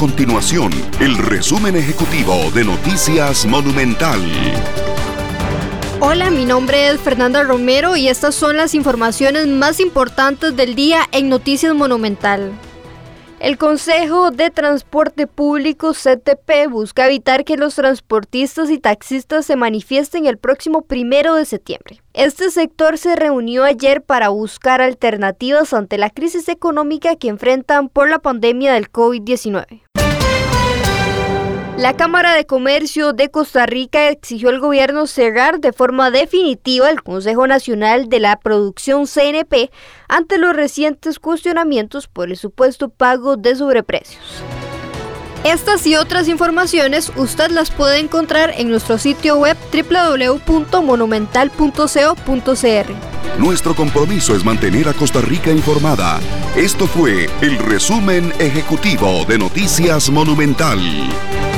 continuación el resumen ejecutivo de Noticias Monumental. Hola, mi nombre es Fernanda Romero y estas son las informaciones más importantes del día en Noticias Monumental. El Consejo de Transporte Público CTP busca evitar que los transportistas y taxistas se manifiesten el próximo 1 de septiembre. Este sector se reunió ayer para buscar alternativas ante la crisis económica que enfrentan por la pandemia del COVID-19. La Cámara de Comercio de Costa Rica exigió al gobierno cerrar de forma definitiva el Consejo Nacional de la Producción CNP ante los recientes cuestionamientos por el supuesto pago de sobreprecios. Estas y otras informaciones usted las puede encontrar en nuestro sitio web www.monumental.co.cr. Nuestro compromiso es mantener a Costa Rica informada. Esto fue el resumen ejecutivo de Noticias Monumental.